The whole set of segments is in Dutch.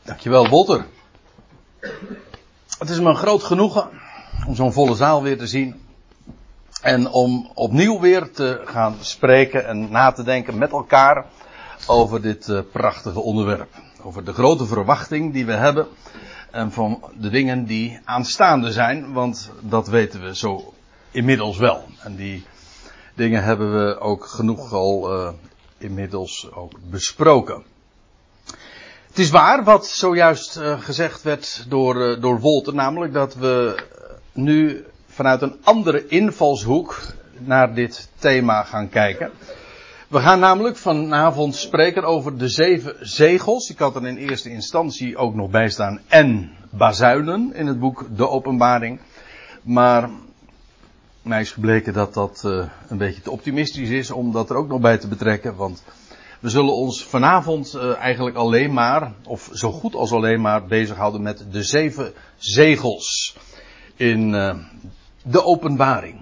Dankjewel, Walter. Het is me een groot genoegen om zo'n volle zaal weer te zien. En om opnieuw weer te gaan spreken en na te denken met elkaar over dit prachtige onderwerp. Over de grote verwachting die we hebben en van de dingen die aanstaande zijn. Want dat weten we zo inmiddels wel. En die dingen hebben we ook genoeg al inmiddels ook besproken. Het is waar wat zojuist gezegd werd door Walter, namelijk dat we nu vanuit een andere invalshoek naar dit thema gaan kijken. We gaan namelijk vanavond spreken over de 7 zegels. Ik had er in eerste instantie ook nog bij staan en bazuinen in het boek De Openbaring. Maar mij is gebleken dat dat een beetje te optimistisch is om dat er ook nog bij te betrekken, want we zullen ons vanavond eigenlijk alleen maar, of zo goed als alleen maar, bezighouden met de 7 zegels in de Openbaring.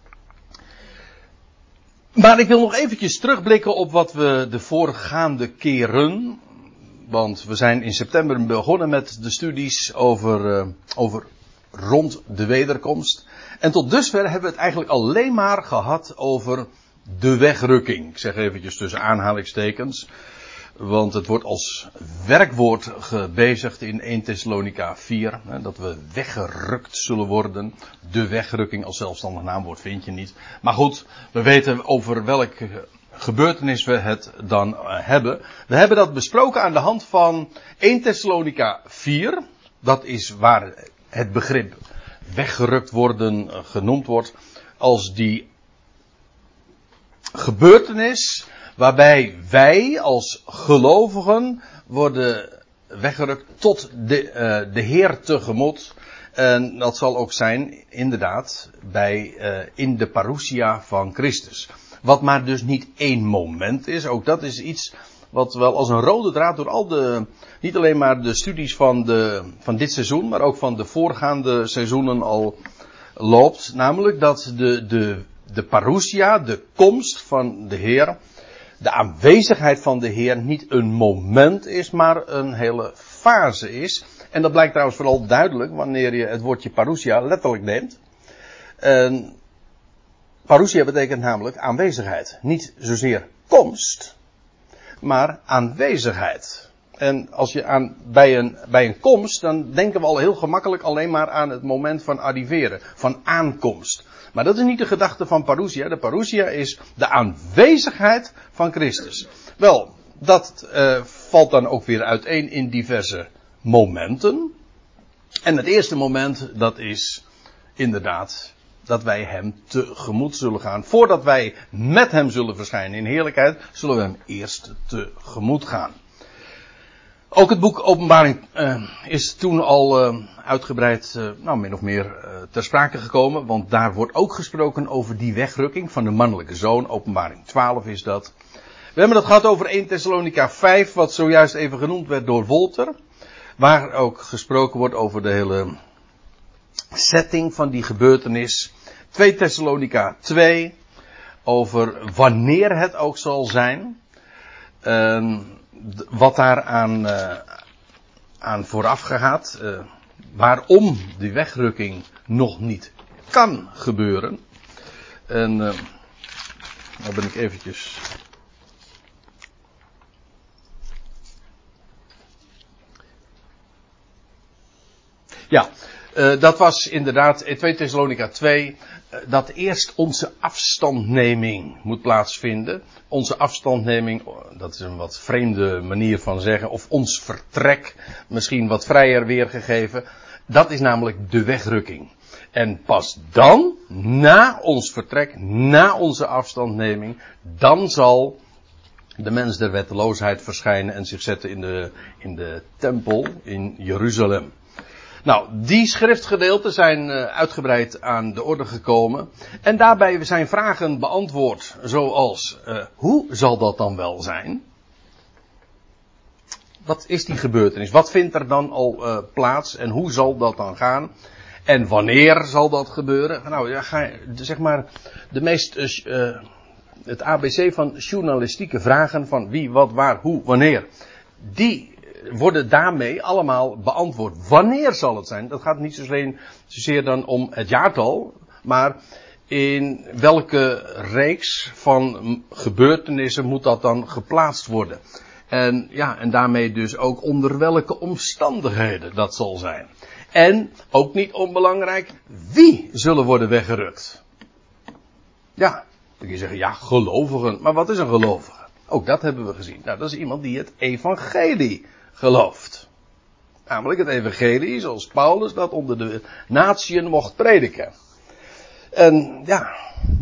Maar ik wil nog eventjes terugblikken op wat we de voorgaande keren, want we zijn in september begonnen met de studies over rond de wederkomst. En tot dusver hebben we het eigenlijk alleen maar gehad over de wegrukking. Ik zeg eventjes tussen aanhalingstekens, want het wordt als werkwoord gebezigd in 1 Thessalonica 4. Dat we weggerukt zullen worden. De wegrukking als zelfstandig naamwoord vind je niet. Maar goed, we weten over welke gebeurtenis we het dan hebben. We hebben dat besproken aan de hand van 1 Thessalonica 4. Dat is waar het begrip weggerukt worden genoemd wordt als die gebeurtenis waarbij wij als gelovigen worden weggerukt tot de Heer tegemoet. En dat zal ook zijn inderdaad in de parousia van Christus. Wat maar dus niet één moment is. Ook dat is iets wat wel als een rode draad door niet alleen maar de studies van dit seizoen, maar ook van de voorgaande seizoenen al loopt. Namelijk dat de parousia, de komst van de Heer, de aanwezigheid van de Heer niet een moment is, maar een hele fase is. En dat blijkt trouwens vooral duidelijk wanneer je het woordje parousia letterlijk neemt. Parousia betekent namelijk aanwezigheid. Niet zozeer komst, maar aanwezigheid. En als je bij een komst, dan denken we al heel gemakkelijk alleen maar aan het moment van arriveren, van aankomst. Maar dat is niet de gedachte van parousia. De parousia is de aanwezigheid van Christus. Wel, dat valt dan ook weer uiteen in diverse momenten. En het eerste moment, dat is inderdaad dat wij hem tegemoet zullen gaan. Voordat wij met hem zullen verschijnen in heerlijkheid, zullen we hem eerst tegemoet gaan. Ook het boek Openbaring is toen al uitgebreid, min of meer ter sprake gekomen. Want daar wordt ook gesproken over die wegrukking van de mannelijke zoon. Openbaring 12 is dat. We hebben het gehad over 1 Thessalonica 5, wat zojuist even genoemd werd door Walter. Waar ook gesproken wordt over de hele setting van die gebeurtenis. 2 Thessalonica 2, over wanneer het ook zal zijn. Wat daar aan vooraf gaat. Waarom die wegrukking nog niet kan gebeuren. En nou ben ik eventjes. Ja, dat was inderdaad in 2 Thessalonica 2. Dat eerst onze afstandneming moet plaatsvinden. Onze afstandneming, dat is een wat vreemde manier van zeggen. Of ons vertrek, misschien wat vrijer weergegeven. Dat is namelijk de wegrukking. En pas dan, na ons vertrek, na onze afstandneming, dan zal de mens der wetteloosheid verschijnen en zich zetten in de tempel in Jeruzalem. Nou, die schriftgedeelten zijn uitgebreid aan de orde gekomen. En daarbij zijn vragen beantwoord zoals, hoe zal dat dan wel zijn? Wat is die gebeurtenis? Wat vindt er dan al plaats en hoe zal dat dan gaan? En wanneer zal dat gebeuren? Nou, ja, zeg maar het ABC van journalistieke vragen van wie, wat, waar, hoe, wanneer. Die worden daarmee allemaal beantwoord. Wanneer zal het zijn? Dat gaat niet zozeer dan om het jaartal, maar in welke reeks van gebeurtenissen moet dat dan geplaatst worden? En daarmee dus ook onder welke omstandigheden dat zal zijn. En, ook niet onbelangrijk, wie zullen worden weggerukt? Ja, dan kun je zeggen, ja, gelovigen. Maar wat is een gelovige? Ook dat hebben we gezien. Nou, dat is iemand die het evangelie gelooft. Namelijk het evangelie zoals Paulus dat onder de natieën mocht prediken. En ja,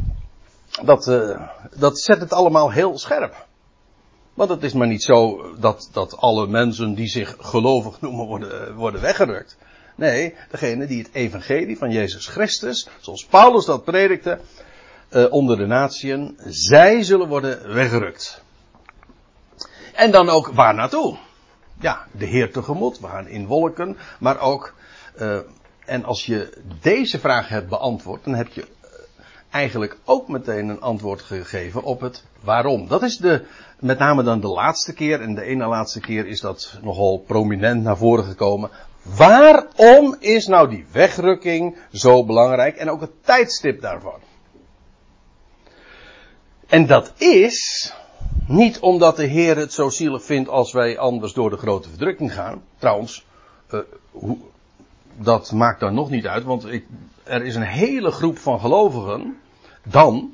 dat zet het allemaal heel scherp. Want het is maar niet zo dat alle mensen die zich gelovig noemen worden weggerukt. Nee, degene die het evangelie van Jezus Christus, zoals Paulus dat predikte, onder de natieën, zij zullen worden weggerukt. En dan ook waar naartoe? Ja, de Heer tegemoet, we gaan in wolken, maar ook, en als je deze vraag hebt beantwoord, dan heb je eigenlijk ook meteen een antwoord gegeven op het waarom. Dat is met name dan de laatste keer, en de ene laatste keer is dat nogal prominent naar voren gekomen. Waarom is nou die wegrukking zo belangrijk en ook het tijdstip daarvan? En dat is niet omdat de Heer het zo zielig vindt als wij anders door de grote verdrukking gaan. Trouwens, dat maakt dan nog niet uit, want er is een hele groep van gelovigen dan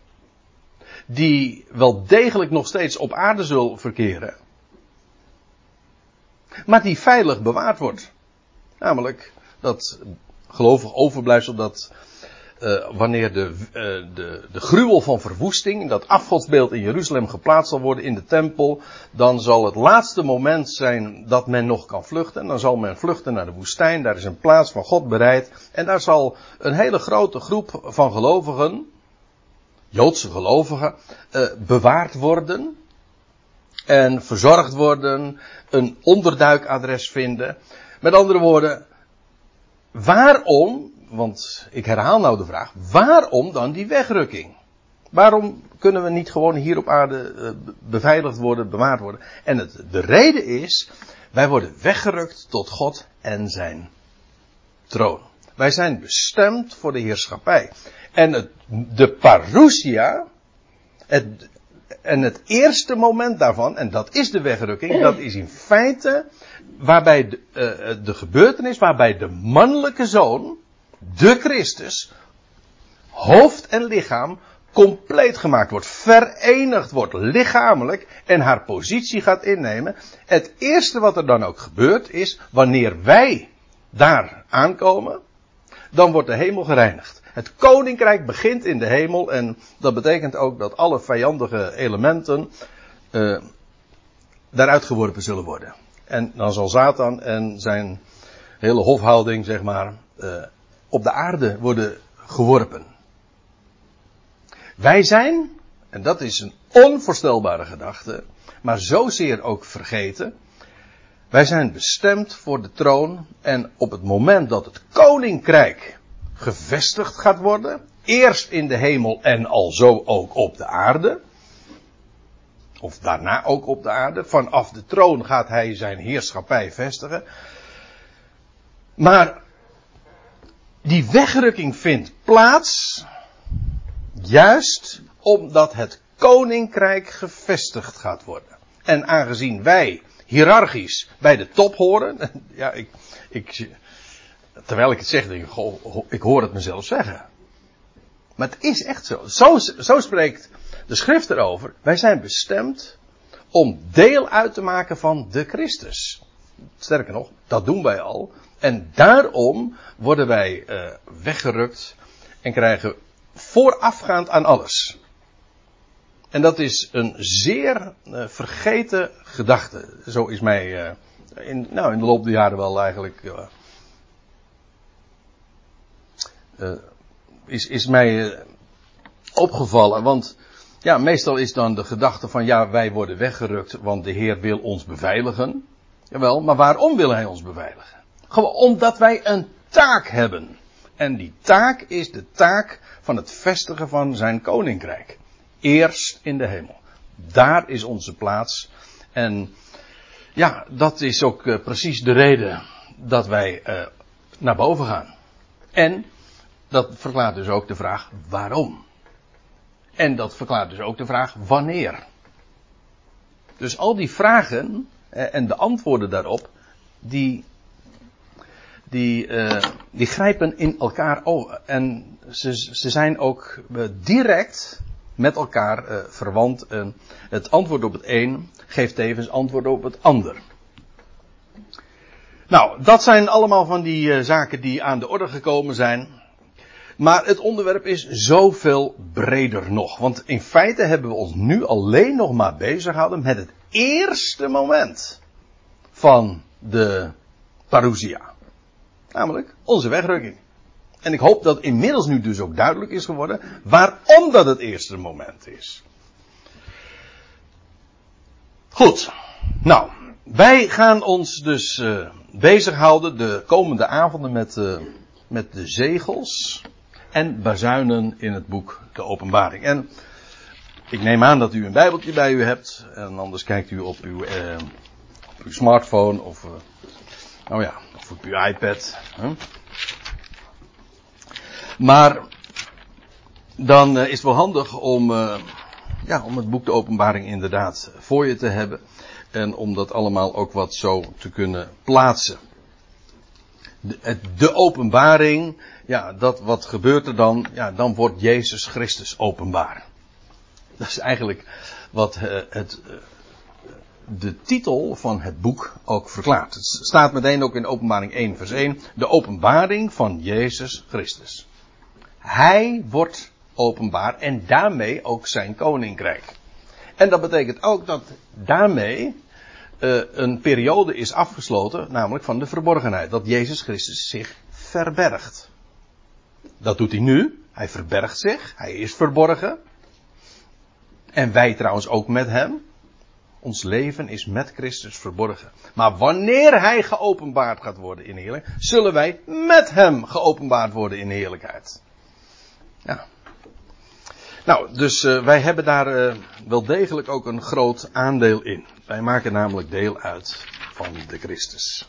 die wel degelijk nog steeds op aarde zullen verkeren, maar die veilig bewaard wordt. Namelijk dat gelovig overblijfsel dat wanneer de gruwel van verwoesting, dat afgodsbeeld in Jeruzalem geplaatst zal worden in de tempel, dan zal het laatste moment zijn dat men nog kan vluchten. En dan zal men vluchten naar de woestijn, daar is een plaats van God bereid. En daar zal een hele grote groep van gelovigen, Joodse gelovigen, bewaard worden. En verzorgd worden, een onderduikadres vinden. Met andere woorden, waarom, want ik herhaal nou de vraag, waarom dan die wegrukking? Waarom kunnen we niet gewoon hier op aarde beveiligd worden, bewaard worden? En de reden is, wij worden weggerukt tot God en zijn troon. Wij zijn bestemd voor de heerschappij. En de parousia, het eerste moment daarvan, en dat is de wegrukking, dat is in feite waarbij de gebeurtenis waarbij de mannelijke zoon, de Christus, hoofd en lichaam compleet gemaakt wordt, verenigd wordt lichamelijk en haar positie gaat innemen. Het eerste wat er dan ook gebeurt is, wanneer wij daar aankomen, dan wordt de hemel gereinigd. Het koninkrijk begint in de hemel en dat betekent ook dat alle vijandige elementen daaruit geworpen zullen worden. En dan zal Satan en zijn hele hofhouding, zeg maar, op de aarde worden geworpen. Wij zijn, en dat is een onvoorstelbare gedachte, maar zozeer ook vergeten. Wij zijn bestemd voor de troon en op het moment dat het koninkrijk gevestigd gaat worden, eerst in de hemel en alzo ook op de aarde, of daarna ook op de aarde, vanaf de troon gaat hij zijn heerschappij vestigen. Maar die wegrukking vindt plaats juist omdat het koninkrijk gevestigd gaat worden. En aangezien wij hiërarchisch bij de top horen, ja, terwijl ik het zeg, denk ik hoor het mezelf zeggen. Maar het is echt zo. Zo spreekt de schrift erover. Wij zijn bestemd om deel uit te maken van de Christus. Sterker nog, dat doen wij al. En daarom worden wij weggerukt en krijgen voorafgaand aan alles. En dat is een zeer vergeten gedachte. Zo is mij in de loop der jaren wel eigenlijk is mij opgevallen. Want ja, meestal is dan de gedachte van ja, wij worden weggerukt, want de Heer wil ons beveiligen. Jawel, maar waarom wil Hij ons beveiligen? Gewoon omdat wij een taak hebben. En die taak is de taak van het vestigen van zijn koninkrijk. Eerst in de hemel. Daar is onze plaats. En Ja, dat is ook precies de reden dat wij naar boven gaan. En dat verklaart dus ook de vraag waarom. En dat verklaart dus ook de vraag wanneer. Dus al die vragen en de antwoorden daarop, die grijpen in elkaar over. En ze zijn ook direct met elkaar verwant. En het antwoord op het een geeft tevens antwoord op het ander. Nou, dat zijn allemaal van die zaken die aan de orde gekomen zijn. Maar het onderwerp is zoveel breder nog. Want in feite hebben we ons nu alleen nog maar bezig gehouden met het eerste moment van de parousia. Namelijk onze wegrukking. En ik hoop dat inmiddels nu dus ook duidelijk is geworden waarom dat het eerste moment is. Goed. Nou, wij gaan ons dus bezighouden de komende avonden met de zegels en bazuinen in het boek De Openbaring. En ik neem aan dat u een bijbeltje bij u hebt. En anders kijkt u op uw smartphone of of op uw iPad. Maar dan is het wel handig om het boek De Openbaring inderdaad voor je te hebben. En om dat allemaal ook wat zo te kunnen plaatsen. De openbaring, wat gebeurt er dan? Ja, dan wordt Jezus Christus openbaar. Dat is eigenlijk wat de titel van het boek ook verklaart. Het staat meteen ook in Openbaring 1 vers 1. De openbaring van Jezus Christus. Hij wordt openbaar en daarmee ook zijn koninkrijk. En dat betekent ook dat daarmee een periode is afgesloten, namelijk van de verborgenheid. Dat Jezus Christus zich verbergt. Dat doet hij nu. Hij verbergt zich. Hij is verborgen. En wij trouwens ook met hem. Ons leven is met Christus verborgen. Maar wanneer hij geopenbaard gaat worden in heerlijkheid, zullen wij met hem geopenbaard worden in heerlijkheid. Ja. Nou, dus wij hebben daar wel degelijk ook een groot aandeel in. Wij maken namelijk deel uit van de Christus.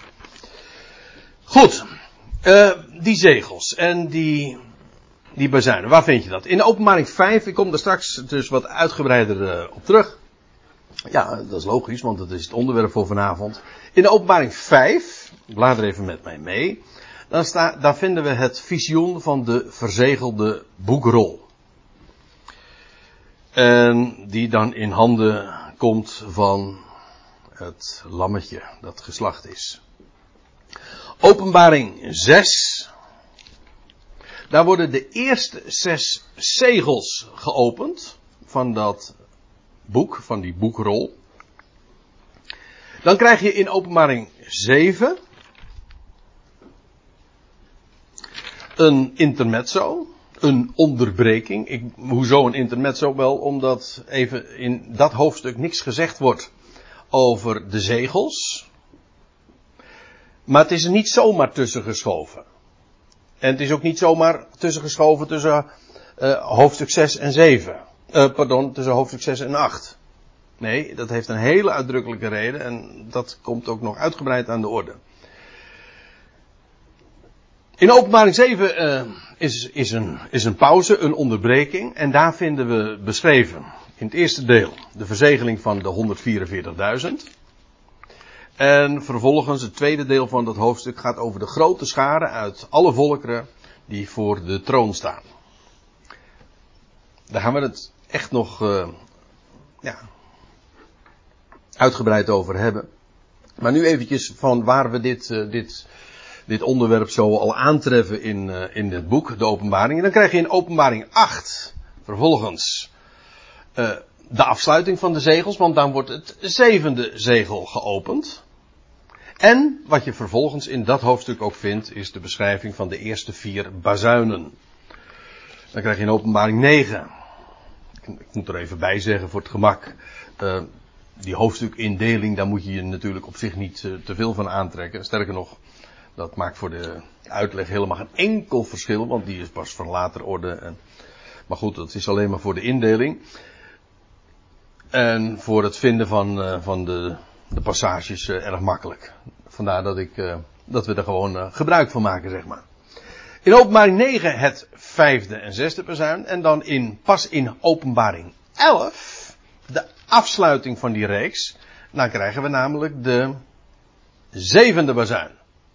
Goed, die zegels en die bazuinen, waar vind je dat? In de Openbaring 5, ik kom daar straks dus wat uitgebreider op terug. Ja, dat is logisch, want dat is het onderwerp voor vanavond. In de Openbaring 5, blader even met mij mee, daar vinden we het visioen van de verzegelde boekrol. En die dan in handen komt van het lammetje dat geslacht is. Openbaring 6. Daar worden de eerste 6 zegels geopend van dat boek, van die boekrol. Dan krijg je in Openbaring 7 een intermezzo. Een onderbreking. Hoezo een intermezzo? Wel omdat even in dat hoofdstuk niks gezegd wordt over de zegels. Maar het is er niet zomaar tussen geschoven. En het is ook niet zomaar tussen geschoven tussen hoofdstuk 6 en 7. Tussen hoofdstuk 6 en 8. Nee, dat heeft een hele uitdrukkelijke reden en dat komt ook nog uitgebreid aan de orde. In Openbaring 7 is een pauze, een onderbreking. En daar vinden we beschreven in het eerste deel de verzegeling van de 144.000. En vervolgens het tweede deel van dat hoofdstuk gaat over de grote schare uit alle volkeren die voor de troon staan. Daar gaan we het echt nog uitgebreid over hebben. Maar nu eventjes van waar we dit onderwerp zo al aantreffen in dit boek, de Openbaring. En dan krijg je in Openbaring 8 vervolgens de afsluiting van de zegels, want dan wordt het 7e zegel geopend. En wat je vervolgens in dat hoofdstuk ook vindt, is de beschrijving van de eerste 4 bazuinen. Dan krijg je in Openbaring 9. Ik moet er even bij zeggen voor het gemak. Die hoofdstukindeling, daar moet je je natuurlijk op zich niet te veel van aantrekken. Sterker nog, dat maakt voor de uitleg helemaal geen enkel verschil, want die is pas van later orde. Maar goed, dat is alleen maar voor de indeling. En voor het vinden van de passages erg makkelijk. Vandaar dat we er gewoon gebruik van maken, zeg maar. In Openbaring 9 het 5e en 6e bazuin. En dan pas in Openbaring 11, de afsluiting van die reeks. Dan krijgen we namelijk de 7e bazuin.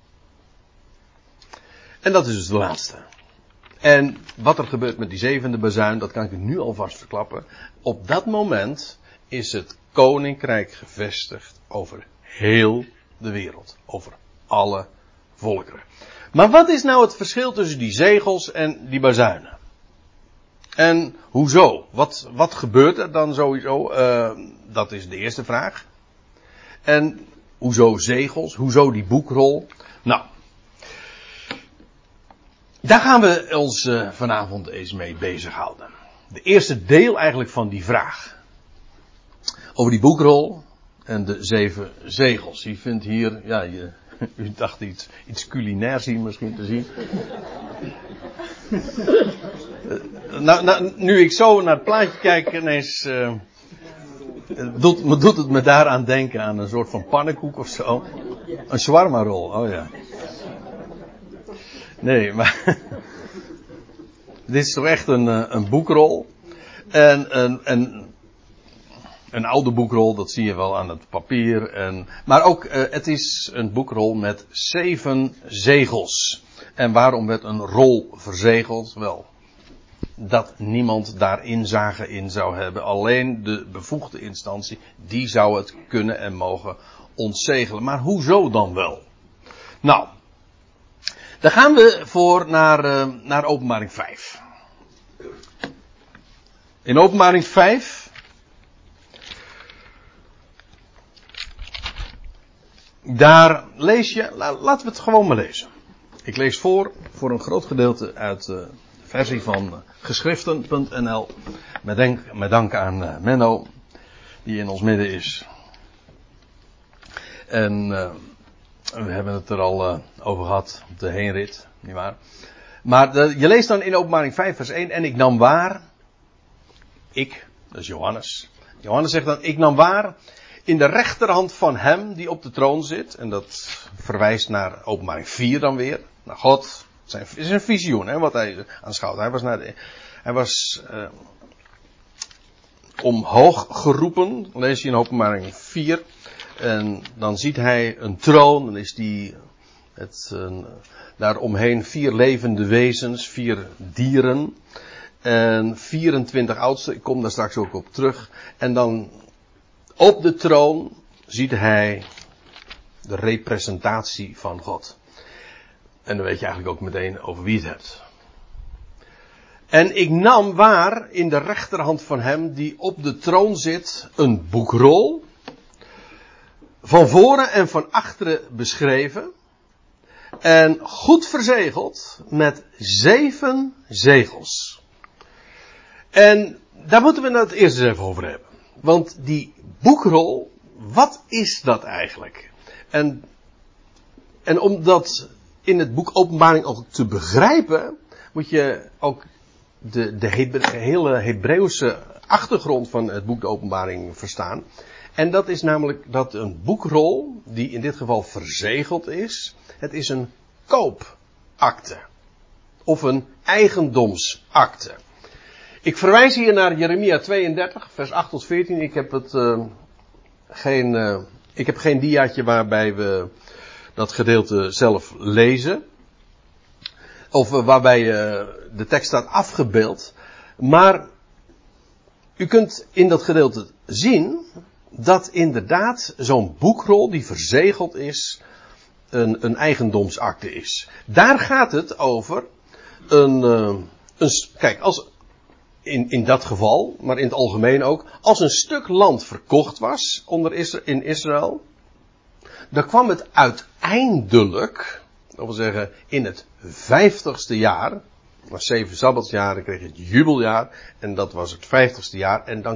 En dat is dus de laatste. En wat er gebeurt met die 7e bazuin, dat kan ik u nu alvast verklappen. Op dat moment is het koninkrijk gevestigd over heel de wereld. Over alle volkeren. Maar wat is nou het verschil tussen die zegels en die bazuinen? En hoezo? Wat gebeurt er dan sowieso? Dat is de eerste vraag. En hoezo zegels? Hoezo die boekrol? Nou, daar gaan we ons vanavond eens mee bezighouden. De eerste deel eigenlijk van die vraag. Over die boekrol en de 7 zegels. U vindt hier, ja, u dacht iets culinairs hier misschien te zien. Nu ik zo naar het plaatje kijk, ineens doet het me daaraan denken aan een soort van pannenkoek of zo. Een shawarma-rol, oh ja. Nee, maar dit is toch echt een boekrol. En een oude boekrol, dat zie je wel aan het papier. Maar ook, het is een boekrol met 7 zegels. En waarom werd een rol verzegeld? Wel, dat niemand daar inzage in zou hebben. Alleen de bevoegde instantie, die zou het kunnen en mogen ontzegelen. Maar hoezo dan wel? Nou, dan gaan we voor naar Openbaring 5. In Openbaring 5... Daar lees je, laten we het gewoon maar lezen. Ik lees voor een groot gedeelte uit de versie van geschriften.nl. Met dank aan Menno, die in ons midden is. En we hebben het er al over gehad op de heenrit, nietwaar? Maar je leest dan in Openbaring 5 vers 1, en ik nam waar, dat is Johannes. Johannes zegt dan, ik nam waar in de rechterhand van hem die op de troon zit. En dat verwijst naar Openbaring 4 dan weer. Naar God. Het is een visioen, hè, wat hij aanschouwt. Hij was omhoog geroepen. Lees je in Openbaring 4. En dan ziet hij een troon. Dan is daaromheen 4 levende wezens. 4 dieren. En 24 oudsten. Ik kom daar straks ook op terug. En dan op de troon ziet hij de representatie van God. En dan weet je eigenlijk ook meteen over wie het hebt. En ik nam waar in de rechterhand van hem die op de troon zit een boekrol. Van voren en van achteren beschreven. En goed verzegeld met 7 zegels. En daar moeten we het eerst eens even over hebben. Want die boekrol, wat is dat eigenlijk? En om dat in het boek Openbaring ook te begrijpen, moet je ook de hele Hebreeuwse achtergrond van het boek de Openbaring verstaan. En dat is namelijk dat een boekrol, die in dit geval verzegeld is, het is een koopakte. Of een eigendomsakte. Ik verwijs hier naar Jeremia 32, vers 8 tot 14. Ik heb geen diaatje waarbij we dat gedeelte zelf lezen. Of waarbij de tekst staat afgebeeld. Maar u kunt in dat gedeelte zien dat inderdaad zo'n boekrol die verzegeld is, een eigendomsakte is. Daar gaat het over kijk, als in dat geval, maar in het algemeen ook, als een stuk land verkocht was in Israël, dan kwam het uiteindelijk, dat wil zeggen in het 50ste jaar, na 7 sabbatsjaren kreeg je het jubeljaar, en dat was het 50ste jaar, en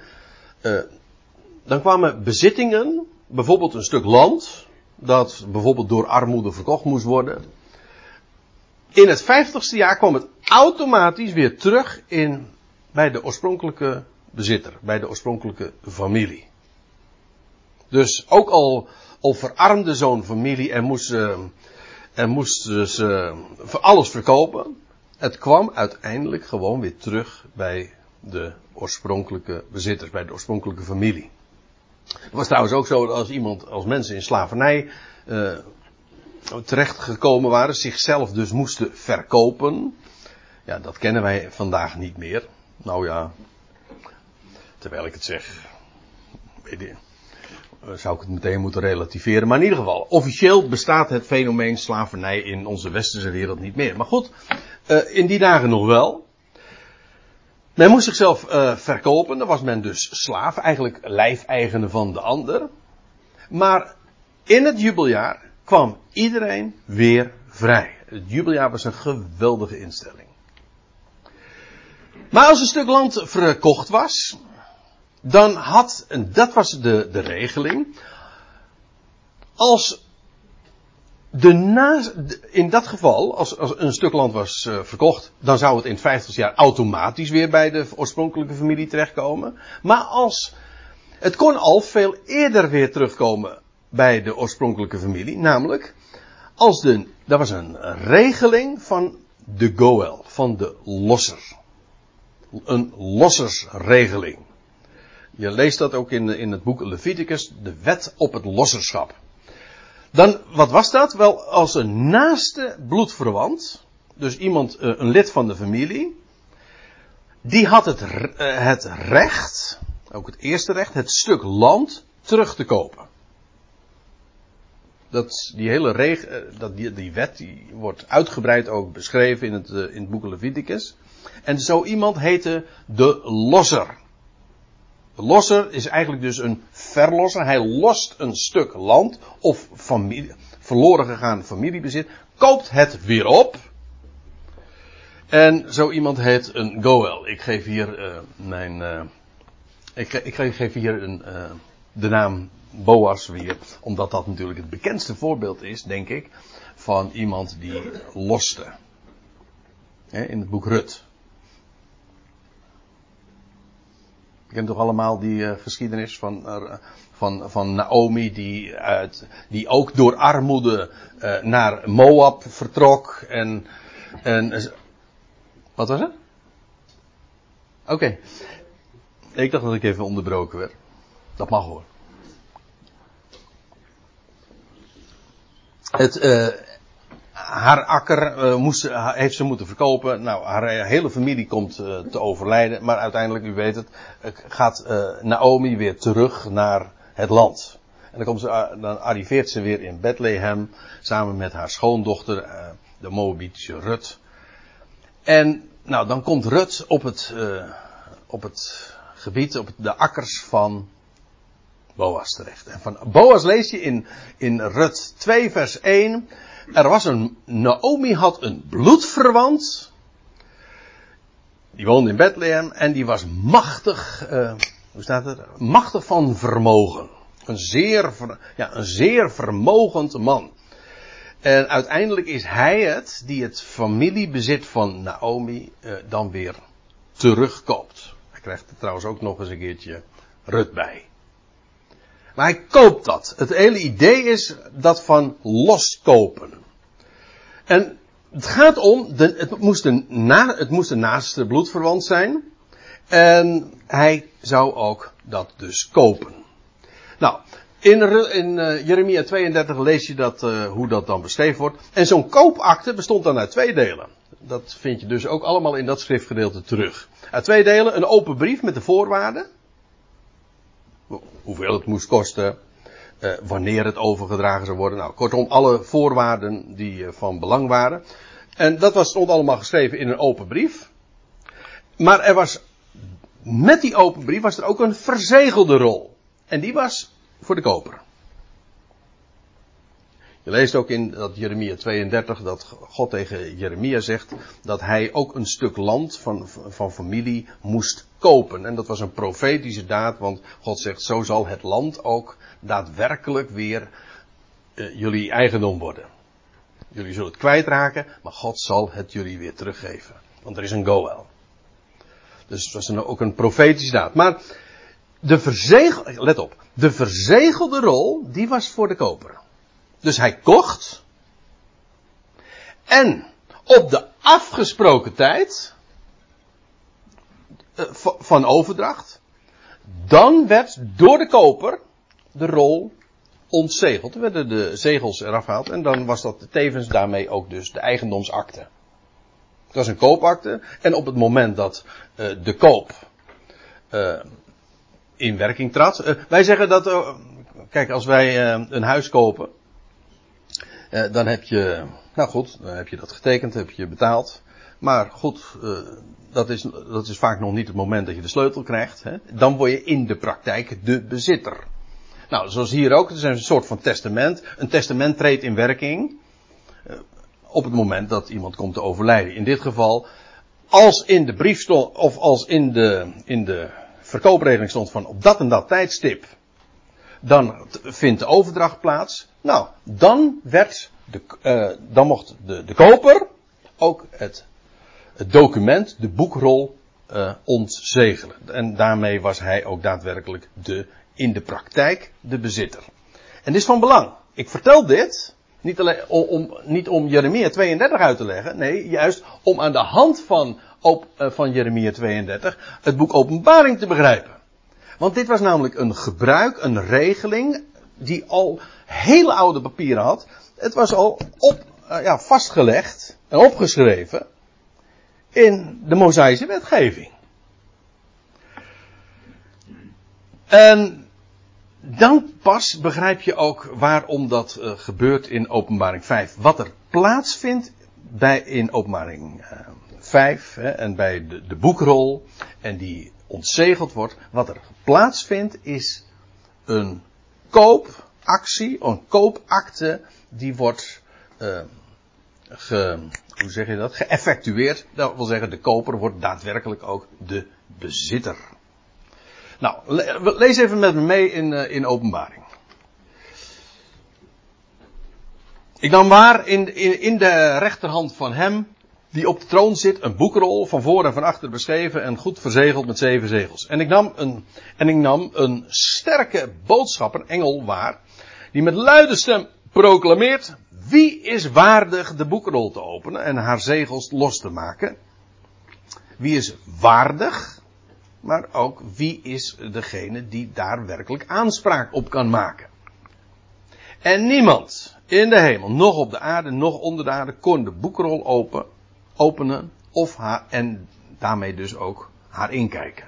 dan kwamen bezittingen, bijvoorbeeld een stuk land, dat bijvoorbeeld door armoede verkocht moest worden. In het 50ste jaar kwam het automatisch weer terug bij de oorspronkelijke bezitter, bij de oorspronkelijke familie. Dus ook al verarmde zo'n familie en moest dus alles verkopen. Het kwam uiteindelijk gewoon weer terug bij de oorspronkelijke bezitters, bij de oorspronkelijke familie. Het was trouwens ook zo dat als mensen in slavernij terechtgekomen waren, zichzelf dus moesten verkopen. Ja, dat kennen wij vandaag niet meer. Nou ja, terwijl ik het zeg, zou ik het meteen moeten relativeren. Maar in ieder geval, officieel bestaat het fenomeen slavernij in onze westerse wereld niet meer. Maar goed, in die dagen nog wel. Men moest zichzelf verkopen, dan was men dus slaaf, eigenlijk lijfeigene van de ander. Maar in het jubeljaar kwam iedereen weer vrij. Het jubeljaar was een geweldige instelling. Maar als een stuk land verkocht was, dan en dat was de regeling, in dat geval, als een stuk land was verkocht, dan zou het in 50 jaar automatisch weer bij de oorspronkelijke familie terechtkomen. Maar het kon al veel eerder weer terugkomen bij de oorspronkelijke familie, namelijk, dat was een regeling van de goel, van de losser. Een lossersregeling. Je leest dat ook in het boek Leviticus, de wet op het losserschap. Dan, wat was dat? Wel, als een naaste bloedverwant, dus iemand, een lid van de familie, die had het recht, ook het eerste recht, het stuk land terug te kopen. Die hele die wet, die wordt uitgebreid ook beschreven in het boek Leviticus. En zo iemand heette de losser. De losser is eigenlijk dus een verlosser. Hij lost een stuk land of verloren gegaan familiebezit, koopt het weer op. En zo iemand heet een goel. Ik geef hier de naam Boas weer, omdat dat natuurlijk het bekendste voorbeeld is, denk ik, van iemand die loste. In het boek Rut. Je kent toch allemaal die geschiedenis van Naomi die ook door armoede naar Moab vertrok en wat was het? Oké. Ik dacht dat ik even onderbroken werd. Dat mag hoor. Haar akker heeft ze moeten verkopen. Nou, haar hele familie komt te overlijden. Maar uiteindelijk, u weet het, gaat Naomi weer terug naar het land. En dan arriveert ze weer in Bethlehem. Samen met haar schoondochter, de Moabitische Rut. En nou, dan komt Rut op het gebied, op de akkers van Boas terecht. En van Boas lees je in Rut 2 vers 1... Naomi had een bloedverwant. Die woonde in Bethlehem en die was machtig, machtig van vermogen. Een zeer vermogend man. En uiteindelijk is hij het die het familiebezit van Naomi dan weer terugkoopt. Hij krijgt er trouwens ook nog eens een keertje Rut bij. Maar hij koopt dat. Het hele idee is dat van loskopen. En het gaat om, het moest de naaste bloedverwant zijn. En hij zou ook dat dus kopen. Nou, in Jeremia 32 lees je hoe dat dan beschreven wordt. En zo'n koopakte bestond dan uit 2 delen. Dat vind je dus ook allemaal in dat schriftgedeelte terug. Uit 2 delen, een open brief met de voorwaarden. Hoeveel het moest kosten, wanneer het overgedragen zou worden. Nou, kortom, alle voorwaarden die van belang waren. En dat stond allemaal geschreven in een open brief. Maar met die open brief was er ook een verzegelde rol. En die was voor de koper. Je leest ook in dat Jeremia 32 dat God tegen Jeremia zegt dat hij ook een stuk land van familie moest kopen. En dat was een profetische daad, want God zegt zo zal het land ook daadwerkelijk weer jullie eigendom worden. Jullie zullen het kwijtraken, maar God zal het jullie weer teruggeven. Want er is een goel. Dus het was ook een profetische daad. Maar let op, de verzegelde rol, die was voor de koper. Dus hij kocht. En op de afgesproken tijd van overdracht, dan werd door de koper de rol ontzegeld. Er werden de zegels eraf gehaald en dan was dat tevens daarmee ook dus de eigendomsakte. Het was een koopakte en op het moment dat de koop in werking trad. Wij zeggen dat, kijk, als wij een huis kopen, dan heb je, nou goed, dan heb je dat getekend, heb je betaald. Maar goed, dat is vaak nog niet het moment dat je de sleutel krijgt. Hè? Dan word je in de praktijk de bezitter. Nou, zoals hier ook, het is een soort van testament. Een testament treedt in werking op het moment dat iemand komt te overlijden. In dit geval, als in de brief stond, of als in de verkoopregeling stond van op dat en dat tijdstip, dan vindt de overdracht plaats. Nou, dan mocht de koper ook het document, de boekrol, ontzegelen. En daarmee was hij ook daadwerkelijk in de praktijk de bezitter. En dit is van belang. Ik vertel dit niet om Jeremia 32 uit te leggen. Nee, juist om aan de hand van Jeremia 32 het boek Openbaring te begrijpen. Want dit was namelijk een gebruik, een regeling die al hele oude papieren had. Het was al vastgelegd en opgeschreven in de Mosaïsche wetgeving. En dan pas begrijp je ook waarom dat gebeurt in Openbaring 5. Wat er plaatsvindt in Openbaring 5 en bij de boekrol en die ontzegeld wordt. Wat er plaatsvindt is een koopactie, een koopakte die wordt geëffectueerd. Dat wil zeggen, de koper wordt daadwerkelijk ook de bezitter. Nou, lees even met me mee in Openbaring. Ik nam waar in de rechterhand van hem die op de troon zit een boekrol van voor en van achter beschreven en goed verzegeld met 7 zegels. En ik nam een sterke boodschapper, engel waar, die met luide stem proclameert: wie is waardig de boekrol te openen en haar zegels los te maken? Wie is waardig? Maar ook wie is degene die daar werkelijk aanspraak op kan maken? En niemand in de hemel, nog op de aarde, nog onder de aarde, kon de boekrol openen en daarmee dus ook haar inkijken.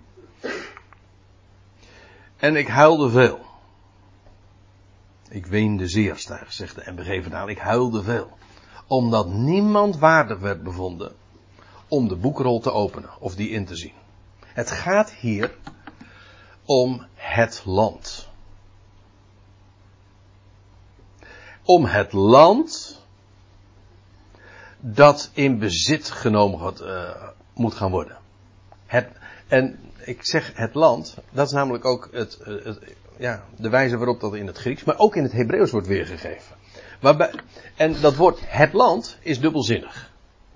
En ik huilde veel. Ik weende zeer, zegt de MBG-vertaling. Ik huilde veel. Omdat niemand waardig werd bevonden om de boekrol te openen of die in te zien. Het gaat hier om het land. Om het land dat in bezit genomen moet gaan worden. En ik zeg het land, dat is namelijk ook de wijze waarop dat in het Grieks, maar ook in het Hebreeuws wordt weergegeven. En dat woord het land is dubbelzinnig.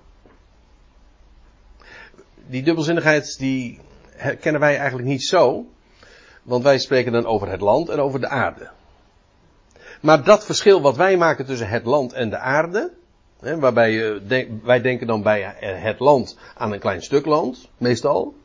Die dubbelzinnigheid die kennen wij eigenlijk niet zo, want wij spreken dan over het land en over de aarde. Maar dat verschil wat wij maken tussen het land en de aarde, waarbij wij denken dan bij het land aan een klein stuk land, meestal.